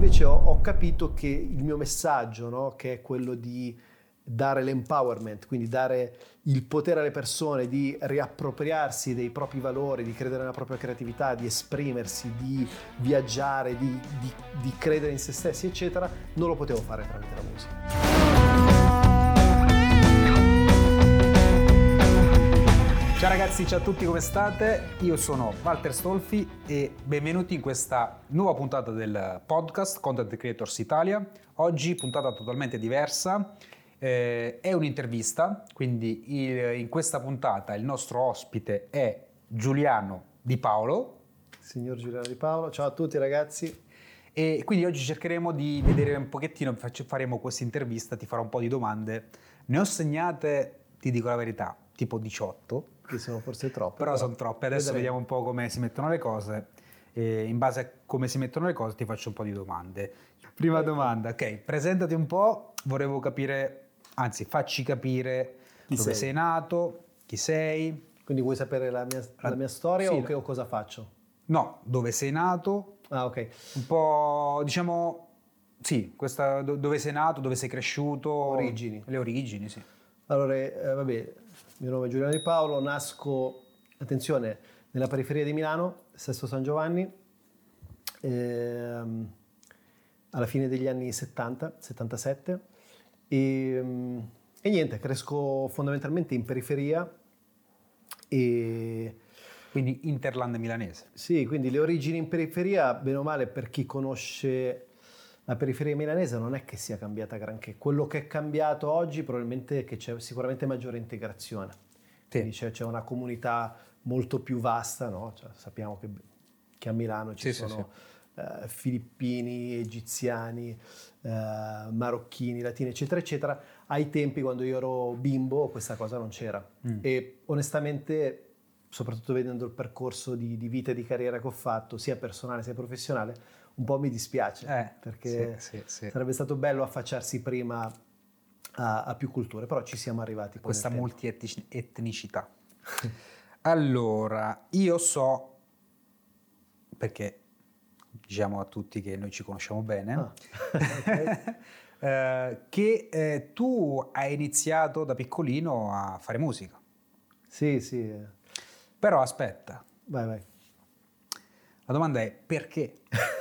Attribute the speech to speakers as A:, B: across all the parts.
A: invece ho capito che il mio messaggio, no, che è quello di dare l'empowerment, quindi dare il potere alle persone di riappropriarsi dei propri valori, di credere nella propria creatività, di esprimersi, di viaggiare, di credere in se stessi, eccetera, non lo potevo fare tramite la musica.
B: Ciao ragazzi, ciao a tutti, come state? Io sono Walter Stolfi e benvenuti in questa nuova puntata del podcast Content Creators Italia. Oggi puntata totalmente diversa, è un'intervista, quindi in questa puntata il nostro ospite è Giuliano Di Paolo.
A: Signor Giuliano Di Paolo, ciao a tutti ragazzi.
B: E quindi oggi cercheremo di vedere un pochettino, faremo questa intervista, ti farò un po' di domande. Ne ho segnate, ti dico la verità, tipo 18.
A: Che sono forse troppe.
B: Però sono troppe. Adesso vediamo un po' come si mettono le cose. E in base a come si mettono le cose ti faccio un po' di domande. Prima domanda, ok, presentati un po', volevo capire, anzi facci capire dove sei nato, chi sei.
A: Quindi vuoi sapere la mia storia,
B: sì,
A: o cosa faccio?
B: No, dove sei nato.
A: Ah, ok.
B: Un po', diciamo, sì, dove sei nato, dove sei cresciuto.
A: Origini.
B: Le origini, sì.
A: Allora, vabbè, mio nome è Giuliano Di Paolo, nasco, attenzione, nella periferia di Milano, Sesto San Giovanni, alla fine degli anni 70, 77, e niente, cresco fondamentalmente in periferia. E
B: quindi Interland milanese.
A: Sì, quindi le origini in periferia, bene o male, per chi conosce la periferia milanese non è che sia cambiata granché. Quello che è cambiato oggi probabilmente è che c'è sicuramente maggiore integrazione.
B: Sì.
A: Quindi c'è una comunità molto più vasta, no? Cioè, sappiamo che a Milano ci sono filippini, egiziani, marocchini, latini, eccetera, eccetera. Ai tempi, quando io ero bimbo, questa cosa non c'era. E onestamente, soprattutto vedendo il percorso di vita e di carriera che ho fatto, sia personale sia professionale, un po' mi dispiace, perché sarebbe stato bello affacciarsi prima a più culture, però ci siamo arrivati.
B: Questa multietnicità. Allora, io so, perché diciamo a tutti che noi ci conosciamo bene, che tu hai iniziato da piccolino a fare musica.
A: Sì.
B: Però aspetta.
A: Vai.
B: La domanda è perché?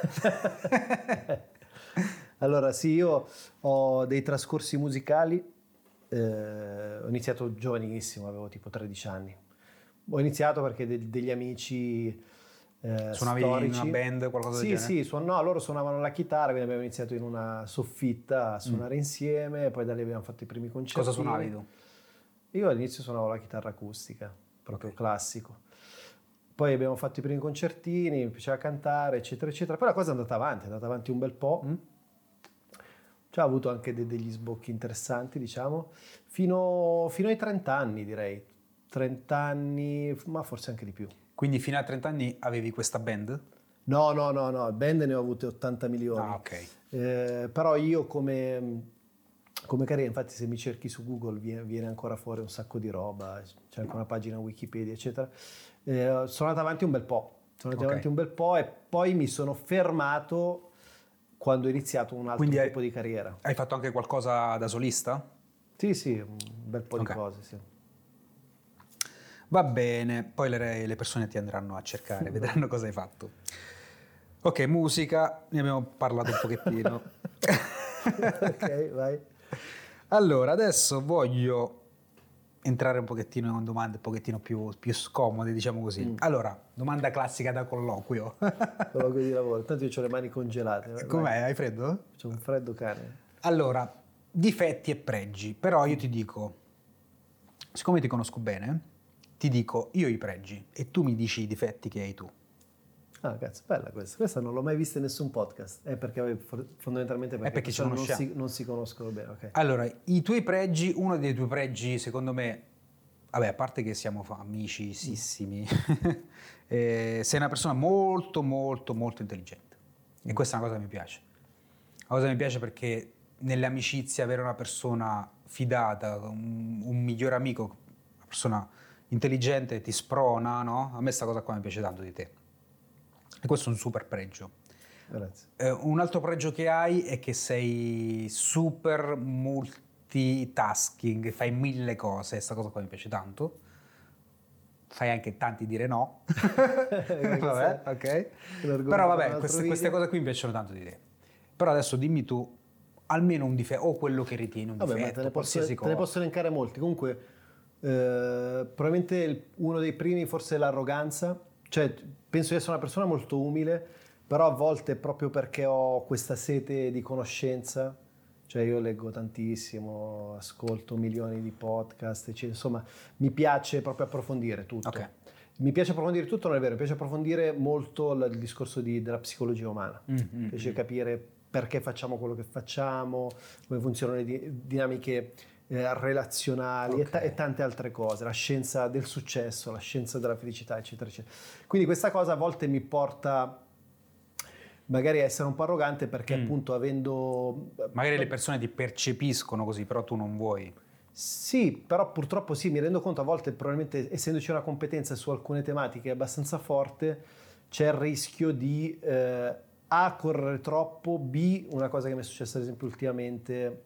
A: Allora, sì, io ho dei trascorsi musicali, ho iniziato giovanissimo, avevo tipo 13 anni. Ho iniziato perché degli amici
B: suonavi
A: storici.
B: In una band, qualcosa del genere?
A: Sì, loro suonavano la chitarra, quindi abbiamo iniziato in una soffitta a suonare insieme, poi da lì abbiamo fatto i primi concerti.
B: Cosa suonavi tu?
A: Io all'inizio suonavo la chitarra acustica, proprio classico. Poi abbiamo fatto i primi concertini, mi piaceva cantare, eccetera, eccetera. Poi la cosa è andata avanti un bel po'. Cioè, ho avuto anche degli sbocchi interessanti, diciamo, fino ai 30 anni, direi. 30 anni, ma forse anche di più.
B: Quindi fino a 30 anni avevi questa band?
A: No, band ne ho avute 80 milioni.
B: Ah, ok.
A: Però io come carriera, infatti se mi cerchi su Google viene ancora fuori un sacco di roba, c'è anche una pagina Wikipedia, eccetera. Sono andato avanti un bel po', e poi mi sono fermato quando ho iniziato un altro tipo di carriera.
B: Hai fatto anche qualcosa da solista?
A: Sì, un bel po' di cose, sì.
B: Va bene, poi le persone ti andranno a cercare, vedranno cosa hai fatto. Ok, musica, ne abbiamo parlato un pochettino.
A: Ok, vai.
B: Allora, adesso voglio entrare un pochettino in domande un pochettino più scomode, diciamo così. Allora, domanda classica da colloquio.
A: Colloquio di lavoro, tanto io ho le mani congelate.
B: Com'è? Hai freddo?
A: C'ho un freddo cane.
B: Allora, difetti e pregi, però io ti dico, siccome ti conosco bene, ti dico io i pregi e tu mi dici i difetti che hai tu.
A: Ah, cazzo, bella questa. Questa non l'ho mai vista in nessun podcast. È perché fondamentalmente perché
B: ci conosciamo.
A: Non si conoscono bene. Okay.
B: Allora, i tuoi pregi, uno dei tuoi pregi, secondo me, vabbè, a parte che siamo amicissimi, sei una persona molto, molto, molto intelligente. E questa è una cosa che mi piace. Una cosa che mi piace perché nelle amicizie avere una persona fidata, un migliore amico, una persona intelligente ti sprona, no? A me sta cosa qua mi piace tanto di te. E questo è un super pregio.
A: Grazie.
B: Un altro pregio che hai è che sei super multitasking, fai 1000 cose, questa cosa qua mi piace tanto. Fai anche tanti dire no. Vabbè, ok. Però vabbè, queste cose qui mi piacciono tanto di te. Però adesso dimmi tu almeno un difetto o quello che ritieni un difetto, qualsiasi cosa.
A: Te ne posso elencare molti. Comunque, probabilmente uno dei primi forse è l'arroganza. Cioè, penso di essere una persona molto umile, però a volte proprio perché ho questa sete di conoscenza, cioè io leggo tantissimo, ascolto milioni di podcast, eccetera. Insomma, mi piace proprio approfondire tutto.
B: Okay.
A: Mi piace approfondire tutto, non è vero, mi piace approfondire molto il discorso della psicologia umana. Mi piace capire perché facciamo quello che facciamo, come funzionano le dinamiche relazionali e tante altre cose, la scienza del successo, la scienza della felicità, eccetera, eccetera. Quindi questa cosa a volte mi porta magari a essere un po' arrogante perché appunto avendo...
B: Magari le persone ti percepiscono così, però tu non vuoi.
A: Sì, però purtroppo sì, mi rendo conto a volte probabilmente essendoci una competenza su alcune tematiche abbastanza forte c'è il rischio di A, correre troppo, B, una cosa che mi è successa ad esempio ultimamente,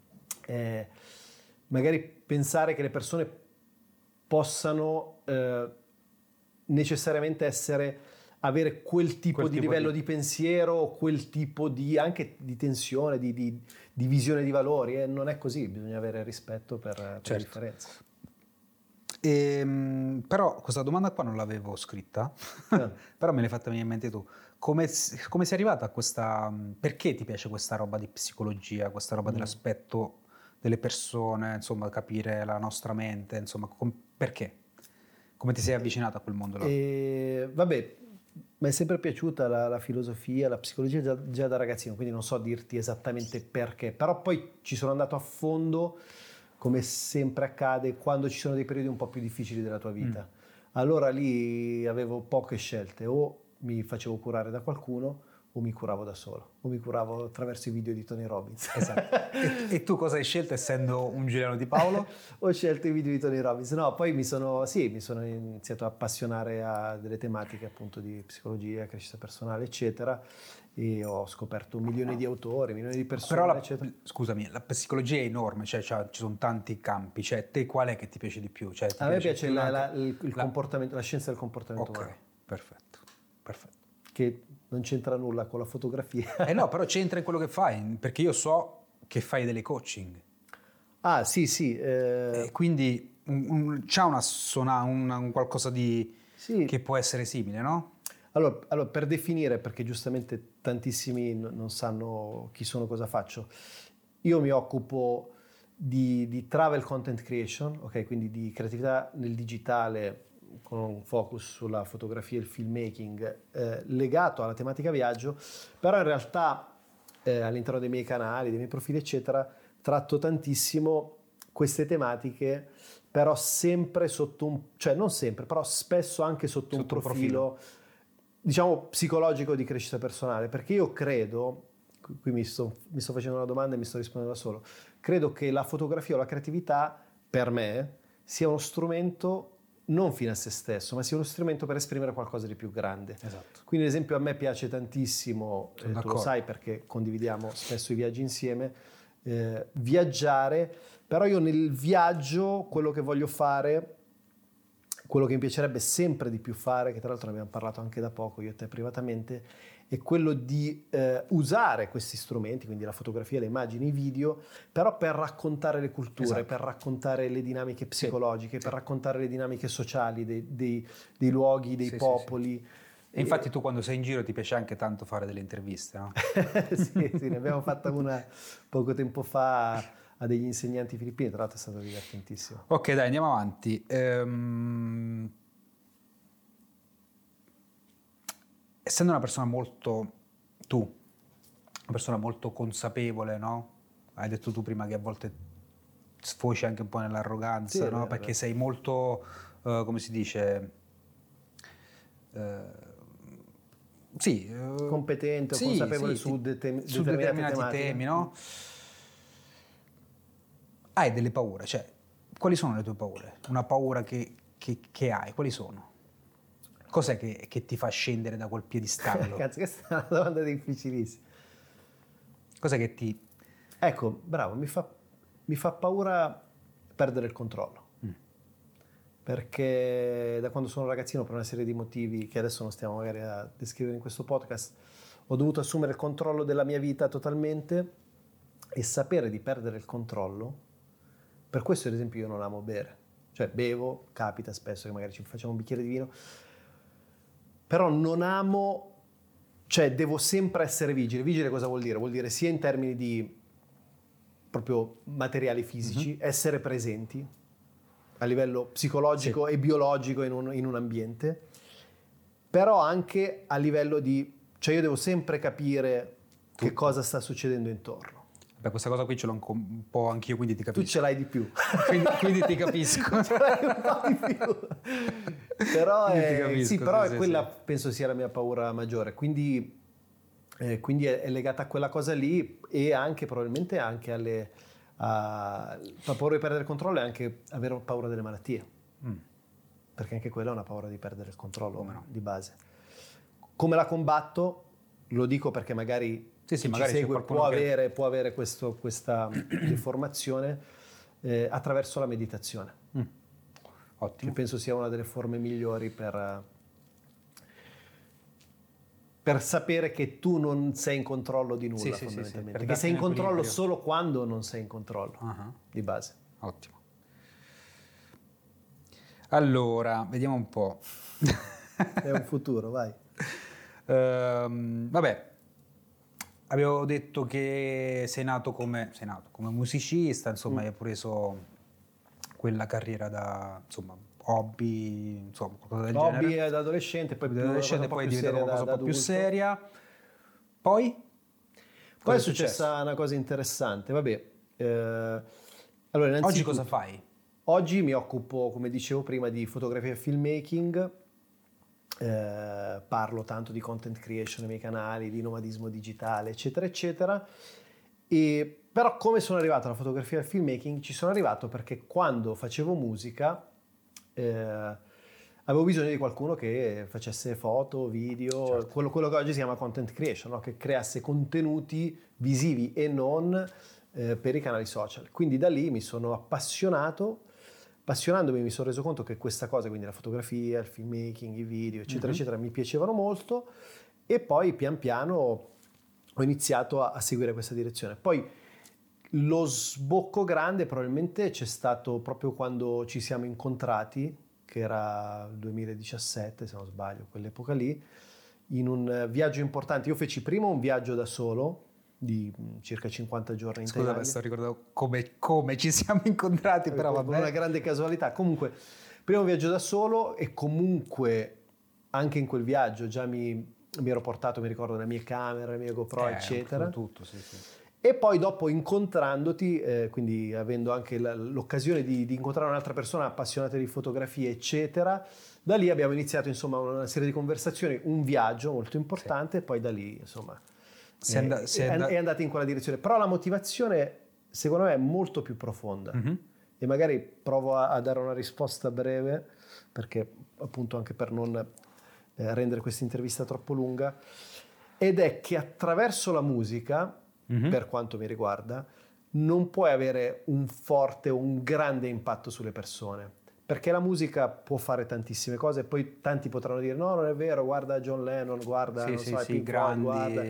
A: magari pensare che le persone possano necessariamente avere quel tipo di livello di pensiero o quel tipo anche di tensione, di visione di valori. Non è così, bisogna avere rispetto per le differenze.
B: Però questa domanda qua non l'avevo scritta, però me l'hai fatta venire in mente tu. Come sei arrivata a questa... Perché ti piace questa roba di psicologia, questa roba dell'aspetto delle persone, insomma, capire la nostra mente, insomma, perché? Come ti sei avvicinato a quel mondo là?
A: Vabbè, mi è sempre piaciuta la filosofia, la psicologia già da ragazzino, quindi non so dirti esattamente perché, però poi ci sono andato a fondo, come sempre accade, quando ci sono dei periodi un po' più difficili della tua vita. Allora lì avevo poche scelte, o mi facevo curare da qualcuno o mi curavo da solo, o mi curavo attraverso i video di Tony Robbins.
B: Esatto. E tu cosa hai scelto essendo un Giuliano Di Paolo?
A: Ho scelto i video di Tony Robbins. No, poi mi sono iniziato a appassionare a delle tematiche appunto di psicologia, crescita personale, eccetera, e ho scoperto milioni di autori, milioni di persone,
B: però
A: eccetera.
B: Scusami, la psicologia è enorme, cioè ci sono tanti campi, cioè te qual è che ti piace di più? Cioè,
A: A me piace il comportamento, la scienza del comportamento umano.
B: Ok, perfetto.
A: Che non c'entra nulla con la fotografia.
B: No, però c'entra in quello che fai, perché io so che fai delle coaching.
A: Ah, sì.
B: Quindi c'ha un qualcosa di
A: Sì.
B: che può essere simile, no?
A: Allora, per definire, perché giustamente tantissimi non sanno chi sono, cosa faccio, io mi occupo di travel content creation, ok? Quindi di creatività nel digitale con un focus sulla fotografia e il filmmaking legato alla tematica viaggio, però in realtà all'interno dei miei canali, dei miei profili, eccetera, tratto tantissimo queste tematiche, però sempre sotto cioè non sempre, però spesso anche sotto un profilo diciamo psicologico di crescita personale, perché io credo, qui mi sto facendo una domanda e mi sto rispondendo da solo, credo che la fotografia o la creatività per me sia uno strumento non fine a se stesso, ma sia uno strumento per esprimere qualcosa di più grande.
B: Esatto.
A: Quindi ad esempio a me piace tantissimo, tu lo sai perché condividiamo spesso i viaggi insieme, viaggiare, però io nel viaggio quello che voglio fare, quello che mi piacerebbe sempre di più fare, che tra l'altro ne abbiamo parlato anche da poco io e te privatamente, è quello di usare questi strumenti, quindi la fotografia, le immagini, i video, però per raccontare le culture, esatto, per raccontare le dinamiche psicologiche, per raccontare le dinamiche sociali dei luoghi, dei popoli.
B: E infatti tu quando sei in giro ti piace anche tanto fare delle interviste, no?
A: Sì, ne abbiamo fatta una poco tempo fa a degli insegnanti filippini, tra l'altro è stato divertentissimo.
B: Ok, dai, andiamo avanti. Essendo una persona una persona molto consapevole, no? Hai detto tu prima che a volte sfoci anche un po' nell'arroganza, sì, no? Perché sei molto, come si dice...
A: competente, consapevole su determinati
B: temi, no? Hai delle paure, cioè quali sono le tue paure? Una paura che hai, quali sono? Cos'è che ti fa scendere da quel piedistallo?
A: Cazzo, questa è una domanda difficilissima.
B: Cos'è che ti...
A: Ecco, bravo, mi fa paura perdere il controllo. Perché da quando sono ragazzino, per una serie di motivi che adesso non stiamo magari a descrivere in questo podcast, ho dovuto assumere il controllo della mia vita totalmente, e sapere di perdere il controllo, per questo ad esempio io non amo bere. Cioè bevo, capita spesso che magari ci facciamo un bicchiere di vino, però non amo, cioè devo sempre essere vigile. Vigile cosa vuol dire? Vuol dire sia in termini di proprio materiali fisici, essere presenti a livello psicologico e biologico in un ambiente, però anche a livello di, cioè io devo sempre capire che cosa sta succedendo intorno.
B: Beh, questa cosa qui ce l'ho un po' anch'io, quindi ti capisco.
A: Tu ce l'hai di più.
B: quindi ti capisco.
A: Ce l'hai un po' di più. Però è quella, penso sia la mia paura maggiore. Quindi è legata a quella cosa lì, e anche probabilmente anche la paura di perdere il controllo, e anche avere paura delle malattie. Perché anche quella è una paura di perdere il controllo, di base. Come la combatto? Lo dico perché magari chi
B: magari
A: ci segue può avere questa informazione, attraverso la meditazione.
B: Ottimo.
A: Che penso sia una delle forme migliori per sapere che tu non sei in controllo di nulla, fondamentalmente. Perché sei in controllo solo quando non sei in controllo, di base.
B: Ottimo. Allora, vediamo un po'.
A: È un futuro, vai.
B: Vabbè, avevo detto che sei nato come musicista, insomma, hai preso quella carriera da, insomma, hobby, insomma, qualcosa del genere.
A: Hobby da adolescente, poi
B: poi è diventata qualcosa un po' più seria. Poi
A: è successa una cosa interessante. Vabbè, allora,
B: oggi cosa fai?
A: Oggi mi occupo, come dicevo prima, di fotografia e filmmaking. Parlo tanto di content creation nei miei canali, di nomadismo digitale, eccetera eccetera. Però come sono arrivato alla fotografia e al filmmaking? Ci sono arrivato perché quando facevo musica avevo bisogno di qualcuno che facesse foto, video, certo. quello che oggi si chiama content creation, no? Che creasse contenuti visivi e non per i canali social. Quindi da lì mi sono appassionandomi mi sono reso conto che questa cosa, quindi la fotografia, il filmmaking, i video, eccetera, eccetera, mi piacevano molto, e poi pian piano ho iniziato a seguire questa direzione. Poi lo sbocco grande probabilmente c'è stato proprio quando ci siamo incontrati, che era il 2017, se non sbaglio, quell'epoca lì, in un viaggio importante. Io feci prima un viaggio da solo, di circa 50 giorni in Thailandia.
B: Scusa, sto ricordando come ci siamo incontrati, però vabbè.
A: Una grande casualità. Comunque, primo viaggio da solo, e comunque anche in quel viaggio già mi ero portato, mi ricordo, la mia camera, la mia GoPro, eccetera.
B: Tutto, sì.
A: E poi dopo, incontrandoti, quindi avendo anche l'occasione di incontrare un'altra persona appassionata di fotografia, eccetera, da lì abbiamo iniziato, insomma, una serie di conversazioni, un viaggio molto importante, e poi da lì, insomma, è andata in quella direzione. Però la motivazione, secondo me, è molto più profonda. E magari provo a dare una risposta breve, perché appunto anche per non rendere questa intervista troppo lunga, ed è che attraverso la musica, per quanto mi riguarda, non puoi avere un forte o un grande impatto sulle persone, perché la musica può fare tantissime cose, e poi tanti potranno dire no, non è vero, guarda John Lennon, guarda Pink Floyd, guarda...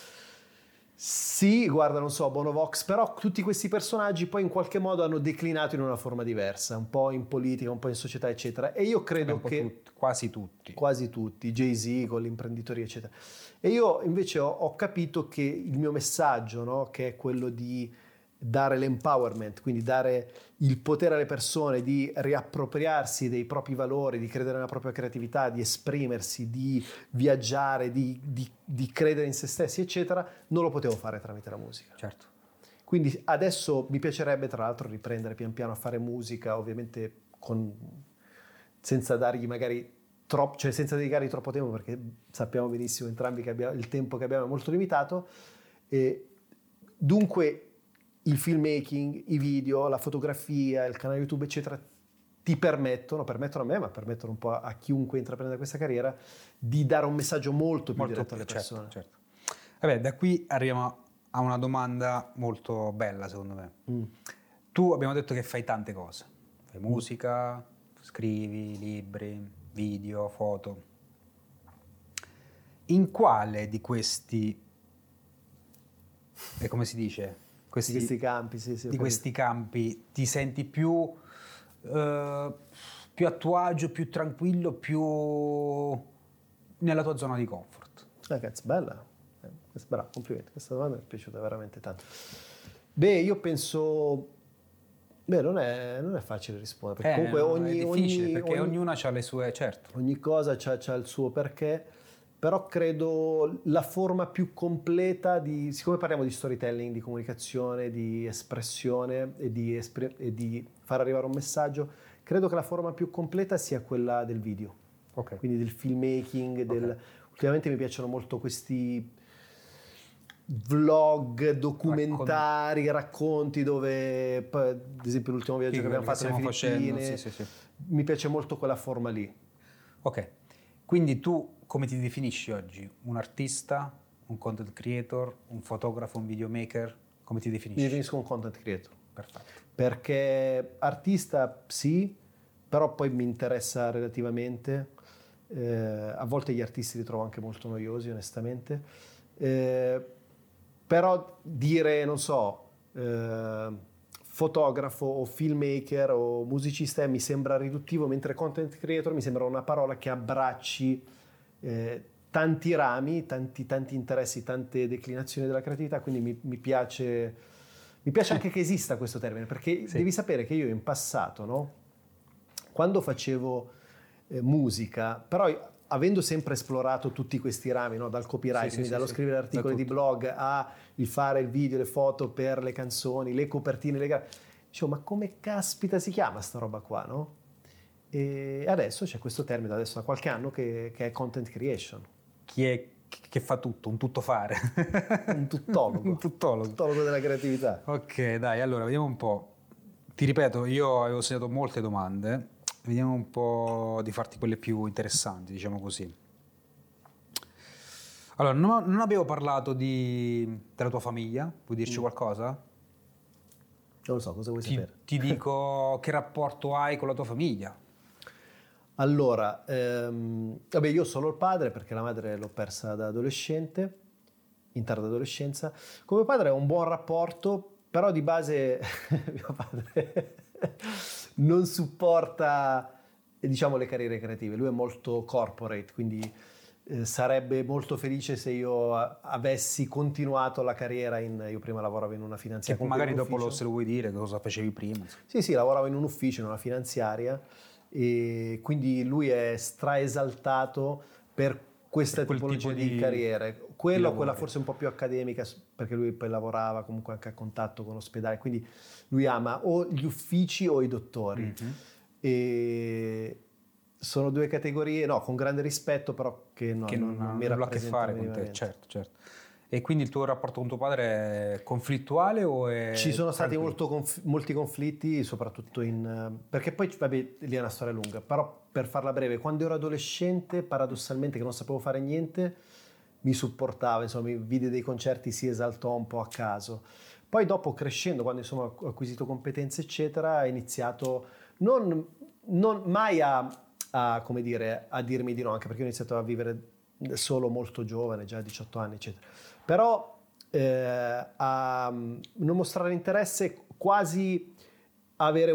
A: Sì, guarda, non so, Bono Vox, però tutti questi personaggi poi in qualche modo hanno declinato in una forma diversa, un po' in politica, un po' in società, eccetera. E io credo che...
B: Quasi tutti,
A: Jay-Z con l'imprenditoria, eccetera. E io invece ho capito che il mio messaggio, no, che è quello di dare l'empowerment, quindi dare il potere alle persone di riappropriarsi dei propri valori, di credere nella propria creatività, di esprimersi, di viaggiare, di credere in se stessi, eccetera, non lo potevo fare tramite la musica.
B: Certo.
A: Quindi adesso mi piacerebbe, tra l'altro, riprendere pian piano a fare musica, ovviamente senza dargli magari troppo, cioè senza dedicargli troppo tempo, perché sappiamo benissimo entrambi che il tempo che abbiamo è molto limitato, e dunque il filmmaking, i video, la fotografia, il canale YouTube, eccetera, ti permettono a me, ma permettono un po' a chiunque intraprende questa carriera, di dare un messaggio molto più diretto alle persone.
B: Certo. Vabbè, da qui arriviamo a una domanda molto bella, secondo me. Tu abbiamo detto che fai tante cose. Fai musica, scrivi libri, video, foto. In quale di questi, come si dice?
A: Questi campi,
B: di questi campi ti senti più a tuo agio, più tranquillo, più nella tua zona di comfort?
A: Cazzo, bella. Bravo, complimenti. Questa domanda mi è piaciuta veramente tanto. Beh, io penso... Beh, non è facile rispondere, perché comunque
B: è difficile, perché ognuna ha le sue, certo.
A: Ogni cosa c'ha il suo perché, però credo la forma più completa siccome parliamo di storytelling, di comunicazione, di espressione e di far arrivare un messaggio, credo che la forma più completa sia quella del video.
B: Okay.
A: Quindi del filmmaking, ultimamente mi piacciono molto questi vlog, documentari, racconti dove, ad esempio l'ultimo viaggio che abbiamo fatto alle Filippine, mi piace molto quella forma lì.
B: Ok, quindi tu come ti definisci oggi? Un artista, un content creator, un fotografo, un videomaker? Come ti definisci?
A: Mi definisco un content creator.
B: Perfetto.
A: Perché artista sì, però poi mi interessa relativamente. A volte gli artisti li trovo anche molto noiosi, onestamente. Però dire, non so, fotografo o filmmaker o musicista mi sembra riduttivo, mentre content creator mi sembra una parola che abbracci tanti rami, tanti interessi, tante declinazioni della creatività, quindi mi piace anche che esista questo termine, perché devi sapere che io in passato, no, quando facevo musica, però avendo sempre esplorato tutti questi rami, no? Dal copywriting, dallo scrivere articoli di blog a il fare il video, le foto per le canzoni, le copertine, dicevo, ma come caspita si chiama sta roba qua, no? E adesso c'è questo termine, adesso da qualche anno, che è content creation.
B: Che fa tutto, un tuttofare.
A: Un tuttologo.
B: Un tuttologo
A: della creatività.
B: Ok, dai, allora vediamo un po'. Ti ripeto, io avevo segnato molte domande. Vediamo un po' di farti quelle più interessanti, diciamo così. Allora, non abbiamo parlato della tua famiglia, vuoi dirci qualcosa?
A: Non lo so, cosa vuoi sapere?
B: Ti dico, che rapporto hai con la tua famiglia?
A: Allora, vabbè, io ho solo il padre perché la madre l'ho persa da adolescente, in tarda adolescenza. Come padre ho un buon rapporto, però di base mio padre non supporta, diciamo, le carriere creative. Lui è molto corporate, quindi sarebbe molto felice se io avessi continuato la carriera io prima lavoravo in una finanziaria.
B: Magari dopo se lo vuoi dire, cosa facevi prima?
A: Sì, lavoravo in un ufficio, in una finanziaria, e quindi lui è straesaltato per questa tipologia di carriere. Quella forse un po' più accademica, perché lui poi lavorava comunque anche a contatto con l'ospedale, quindi lui ama o gli uffici o i dottori. Mm-hmm. E sono due categorie, no, con grande rispetto, però che non mi rappresentano
B: a che fare con te, certo. E quindi il tuo rapporto con tuo padre è conflittuale o è...
A: Ci sono stati molti conflitti, soprattutto perché poi, vabbè, lì è una storia lunga, però per farla breve, quando ero adolescente, paradossalmente, che non sapevo fare niente, mi supportava, insomma, mi vide dei concerti, si esaltò un po' a caso. Poi dopo, crescendo, quando insomma ho acquisito competenze, eccetera, ho iniziato non mai a dirmi di no, anche perché ho iniziato a vivere solo molto giovane, già a 18 anni, eccetera. Però a non mostrare interesse, quasi avere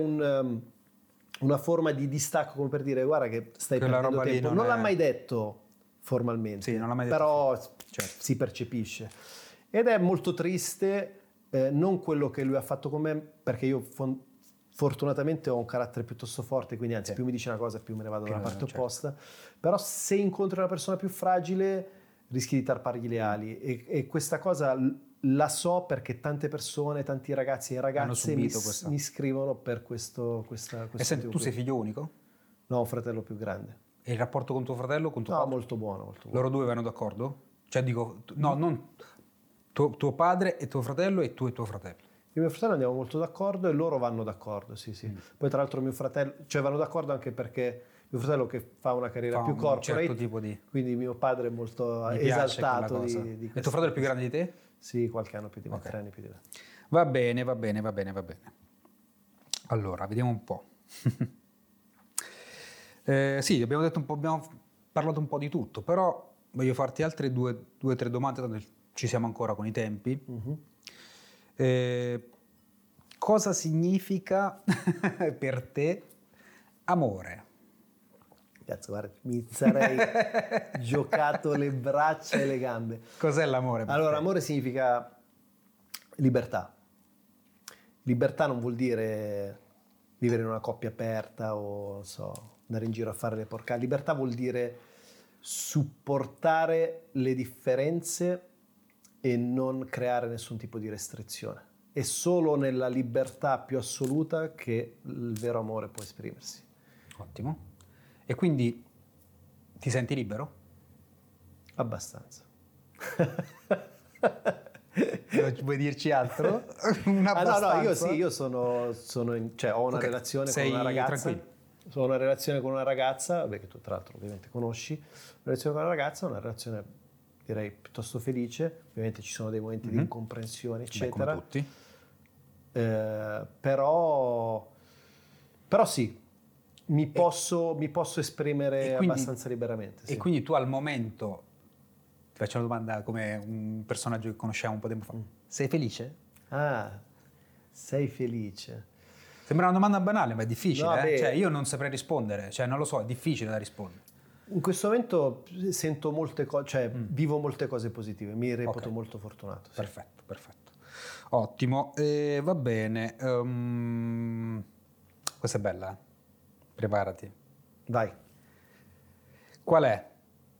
A: una forma di distacco, come per dire, guarda che stai perdendo tempo. Non l'ha mai detto formalmente,
B: sì, non l'ha mai detto,
A: però si percepisce. Ed è molto triste, non quello che lui ha fatto con me, perché io fortunatamente ho un carattere piuttosto forte, quindi anzi più mi dice una cosa più me ne vado dalla parte opposta, però se incontri una persona più fragile rischi di tarpargli le ali, e questa cosa la so perché tante persone, tanti ragazzi e ragazze mi scrivono per questo.
B: E senti, tu sei figlio unico?
A: No, ho un fratello più grande.
B: E il rapporto con tuo fratello, con tuo padre?
A: No, molto buono.
B: Loro due vanno d'accordo? Cioè dico, no, non tuo padre e tuo fratello e tu e tuo fratello.
A: Io e mio fratello andiamo molto d'accordo e loro vanno d'accordo, sì. Poi tra l'altro mio fratello, cioè vanno d'accordo anche perché mio fratello che fa una carriera più corporate,
B: certo tipo di...
A: quindi mio padre è molto
B: Gli piace
A: esaltato
B: quella cosa.
A: di
B: E tuo fratello è più grande di te?
A: Sì, qualche anno più di me, 3 anni più di me.
B: Va bene. Allora, vediamo un po'. Sì, abbiamo parlato un po' di tutto, però voglio farti altre due o tre domande, tanto ci siamo ancora con i tempi. Cosa significa per te amore?
A: Cazzo, guarda, mi sarei giocato le braccia e le gambe.
B: Cos'è l'amore?
A: Allora, amore significa libertà. Libertà non vuol dire vivere in una coppia aperta o, non so, andare in giro a fare le porcate. Libertà vuol dire supportare le differenze e non creare nessun tipo di restrizione. È solo nella libertà più assoluta che il vero amore può esprimersi.
B: Ottimo. E quindi ti senti libero?
A: Abbastanza.
B: Vuoi dirci altro?
A: No, io sono cioè ho una relazione con una ragazza.
B: Tranquillo.
A: Sono una relazione con una ragazza, che tu tra l'altro ovviamente conosci, una relazione con una ragazza, una relazione direi piuttosto felice, ovviamente ci sono dei momenti di incomprensione, eccetera.
B: Come tutti.
A: Però sì, mi posso esprimere abbastanza liberamente. Sì.
B: E quindi tu al momento, ti faccio una domanda come un personaggio che conosciamo un po' tempo fa, sei felice?
A: Ah, sei felice?
B: Sembra una domanda banale, ma è difficile.
A: No,
B: Cioè, io non saprei rispondere, cioè non lo so, è difficile da rispondere.
A: In questo momento sento molte cose, cioè vivo molte cose positive, mi reputo molto fortunato. Sì.
B: Perfetto. Ottimo, va bene. Questa è bella, preparati.
A: Vai.
B: Qual è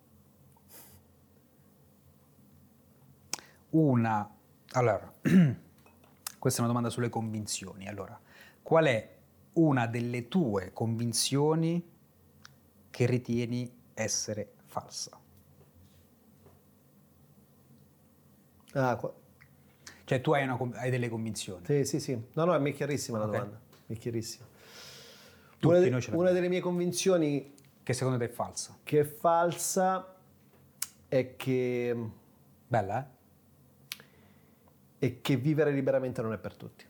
B: allora, questa è una domanda sulle convinzioni. Allora, qual è una delle tue convinzioni che ritieni essere falsa? Cioè tu hai delle convinzioni.
A: Sì. No, mi è chiarissima la domanda. Mi è chiarissima. Una delle mie convinzioni
B: che secondo te è falsa?
A: Che è falsa è che...
B: Bella,
A: è che vivere liberamente non è per tutti.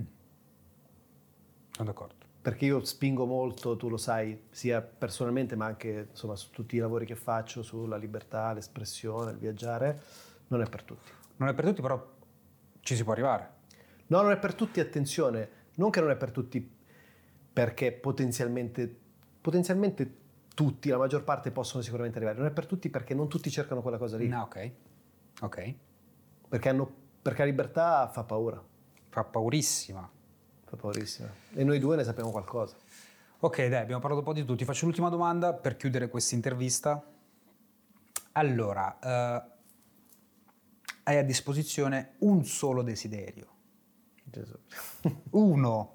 B: Sono d'accordo.
A: Perché io spingo molto, tu lo sai, sia personalmente ma anche insomma su tutti i lavori che faccio, sulla libertà, l'espressione, il viaggiare, non è per tutti.
B: Non è per tutti, però ci si può arrivare.
A: No, non è per tutti, attenzione, non che non è per tutti perché potenzialmente tutti, la maggior parte possono sicuramente arrivare, non è per tutti perché non tutti cercano quella cosa lì.
B: No, ok.
A: Perché la libertà fa paura.
B: Fa paurissima.
A: E noi due ne sappiamo qualcosa.
B: Ok, dai, abbiamo parlato un po' di tutto. Ti faccio l'ultima domanda per chiudere questa intervista. Allora, hai a disposizione un solo desiderio.
A: Gesù.
B: Uno.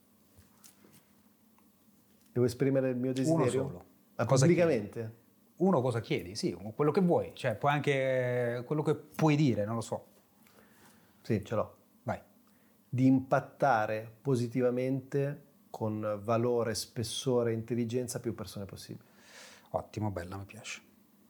A: Devo esprimere il mio desiderio?
B: Uno solo.
A: Pubblicamente?
B: Chiedi? Uno cosa chiedi? Sì, quello che vuoi. Cioè, puoi anche quello che puoi dire, non lo so.
A: Sì, ce l'ho.
B: Vai.
A: Di impattare positivamente con valore, spessore e intelligenza più persone possibili.
B: Ottimo, bella, mi piace.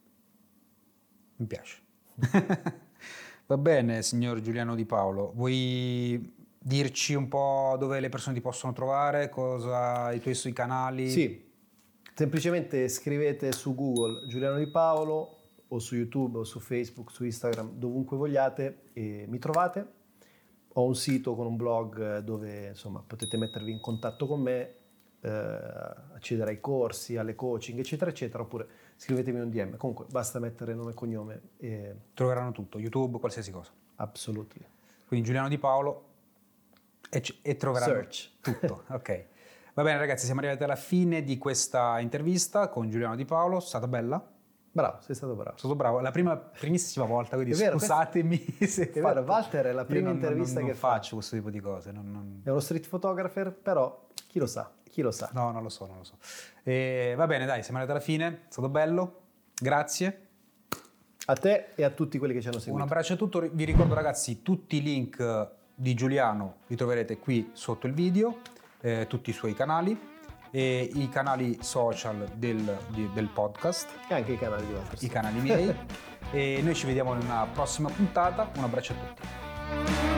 B: Va bene, signor Giuliano Di Paolo. Vuoi dirci un po' dove le persone ti possono trovare, i tuoi sui canali?
A: Sì, semplicemente scrivete su Google Giuliano Di Paolo o su YouTube o su Facebook, su Instagram, dovunque vogliate e mi trovate. Ho un sito con un blog dove insomma potete mettervi in contatto con me, accedere ai corsi, alle coaching, eccetera, eccetera, oppure scrivetemi un DM. Comunque basta mettere nome e cognome e...
B: Troveranno tutto, YouTube, qualsiasi cosa.
A: Absolutely.
B: Quindi Giuliano Di Paolo e troveranno
A: Search.
B: tutto. Ok. Va bene ragazzi, siamo arrivati alla fine di questa intervista con Giuliano Di Paolo. È stata bella?
A: Bravo, sei stato bravo.
B: Sono bravo, la primissima volta, quindi
A: vero,
B: scusatemi se
A: è vero, Walter è la prima intervista che
B: faccio questo tipo di cose.
A: È uno street photographer, però chi lo sa.
B: No, non lo so. Va bene, dai, siamo arrivati alla fine, è stato bello, grazie.
A: A te e a tutti quelli che ci hanno seguito.
B: Un abbraccio a tutti, vi ricordo ragazzi tutti i link di Giuliano li troverete qui sotto il video, tutti i suoi canali e i canali social del podcast.
A: E anche i canali di vostro.
B: I canali miei. E noi ci vediamo in una prossima puntata. Un abbraccio a tutti.